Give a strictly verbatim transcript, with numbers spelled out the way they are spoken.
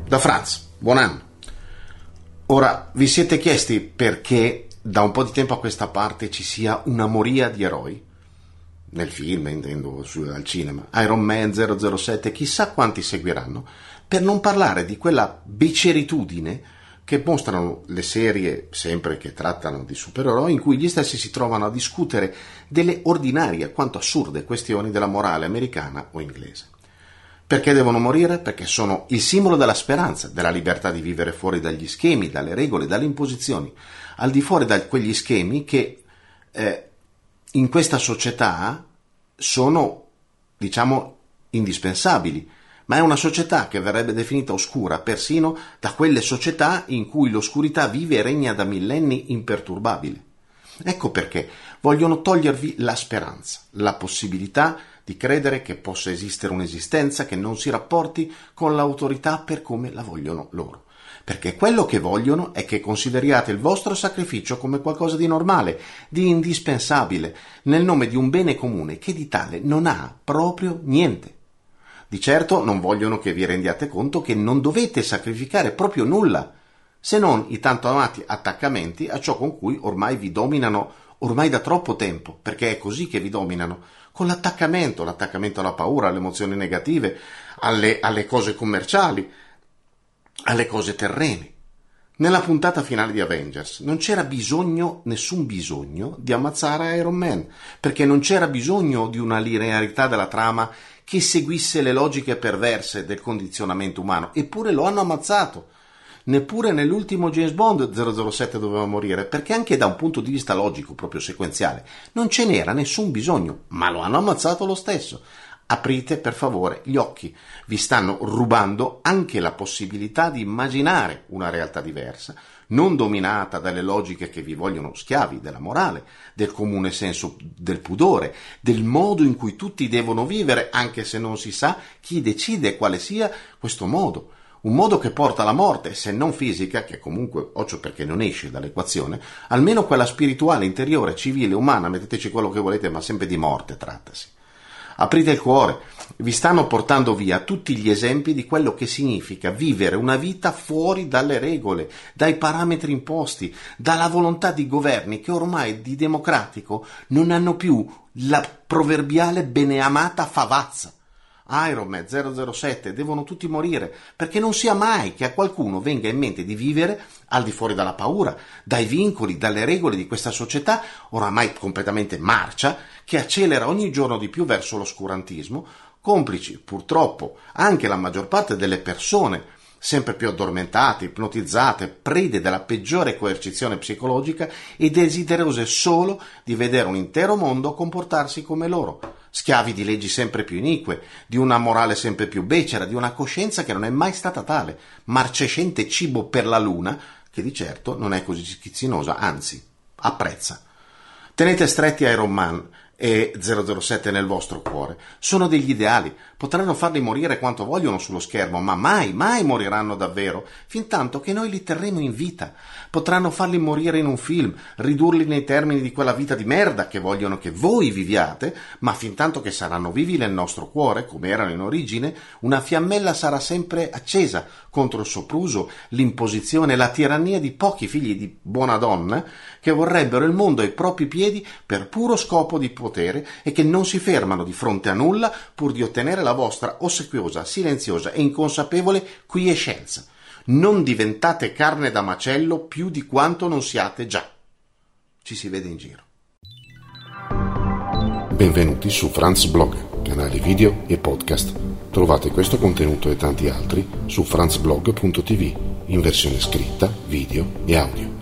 Da Franz, buon anno. Ora, vi siete chiesti perché da un po' di tempo a questa parte ci sia una moria di eroi? Nel film, intendo, su, al cinema. Iron Man, zero zero sette, chissà quanti seguiranno, per non parlare di quella beceritudine che mostrano le serie, sempre che trattano di supereroi, in cui gli stessi si trovano a discutere delle ordinarie quanto assurde questioni della morale americana o inglese. Perché devono morire? Perché sono il simbolo della speranza, della libertà di vivere fuori dagli schemi, dalle regole, dalle imposizioni, al di fuori da quegli schemi che eh, in questa società sono, diciamo, indispensabili. Ma è una società che verrebbe definita oscura persino da quelle società in cui l'oscurità vive e regna da millenni imperturbabile. Ecco perché vogliono togliervi la speranza, la possibilità di credere che possa esistere un'esistenza che non si rapporti con l'autorità per come la vogliono loro. Perché quello che vogliono è che consideriate il vostro sacrificio come qualcosa di normale, di indispensabile, nel nome di un bene comune che di tale non ha proprio niente. Di certo non vogliono che vi rendiate conto che non dovete sacrificare proprio nulla, se non i tanto amati attaccamenti a ciò con cui ormai vi dominano ormai da troppo tempo, perché è così che vi dominano, con l'attaccamento, l'attaccamento alla paura, alle emozioni negative, alle, alle cose commerciali, alle cose terrene. Nella puntata finale di Avengers non c'era bisogno, nessun bisogno, di ammazzare Iron Man, perché non c'era bisogno di una linearità della trama che seguisse le logiche perverse del condizionamento umano, eppure lo hanno ammazzato. Neppure nell'ultimo James Bond zero zero sette doveva morire, perché anche da un punto di vista logico, proprio sequenziale, non ce n'era nessun bisogno, ma lo hanno ammazzato lo stesso. Aprite per favore gli occhi, vi stanno rubando anche la possibilità di immaginare una realtà diversa, non dominata dalle logiche che vi vogliono schiavi della morale, del comune senso del pudore, del modo in cui tutti devono vivere, anche se non si sa chi decide quale sia questo modo. Un modo che porta alla morte, se non fisica, che comunque, occhio perché non esce dall'equazione, almeno quella spirituale, interiore, civile, umana, metteteci quello che volete, ma sempre di morte trattasi. Aprite il cuore, vi stanno portando via tutti gli esempi di quello che significa vivere una vita fuori dalle regole, dai parametri imposti, dalla volontà di governi che ormai di democratico non hanno più la proverbiale beneamata favazza. Iron Man, zero zero sette, devono tutti morire, perché non sia mai che a qualcuno venga in mente di vivere al di fuori dalla paura, dai vincoli, dalle regole di questa società oramai completamente marcia, che accelera ogni giorno di più verso l'oscurantismo, complici, purtroppo, anche la maggior parte delle persone, sempre più addormentate, ipnotizzate, prede della peggiore coercizione psicologica e desiderose solo di vedere un intero mondo comportarsi come loro, schiavi di leggi sempre più inique, di una morale sempre più becera, di una coscienza che non è mai stata tale, marcescente cibo per la luna, che di certo non è così schizzinosa, anzi, apprezza. Tenete stretti Iron Man e zero zero sette nel vostro cuore. Sono degli ideali, potranno farli morire quanto vogliono sullo schermo, ma mai, mai moriranno davvero, fintanto che noi li terremo in vita. Potranno farli morire in un film, ridurli nei termini di quella vita di merda che vogliono che voi viviate, ma fintanto che saranno vivi nel nostro cuore, come erano in origine, una fiammella sarà sempre accesa contro il sopruso, l'imposizione e la tirannia di pochi figli di buona donna che vorrebbero il mondo ai propri piedi per puro scopo di potere e che non si fermano di fronte a nulla pur di ottenere la vostra ossequiosa, silenziosa e inconsapevole quiescenza. Non diventate carne da macello più di quanto non siate già. Ci si vede in giro. Benvenuti su Franz Blog, canale video e podcast. Trovate questo contenuto e tanti altri su franzblog punto tv in versione scritta, video e audio.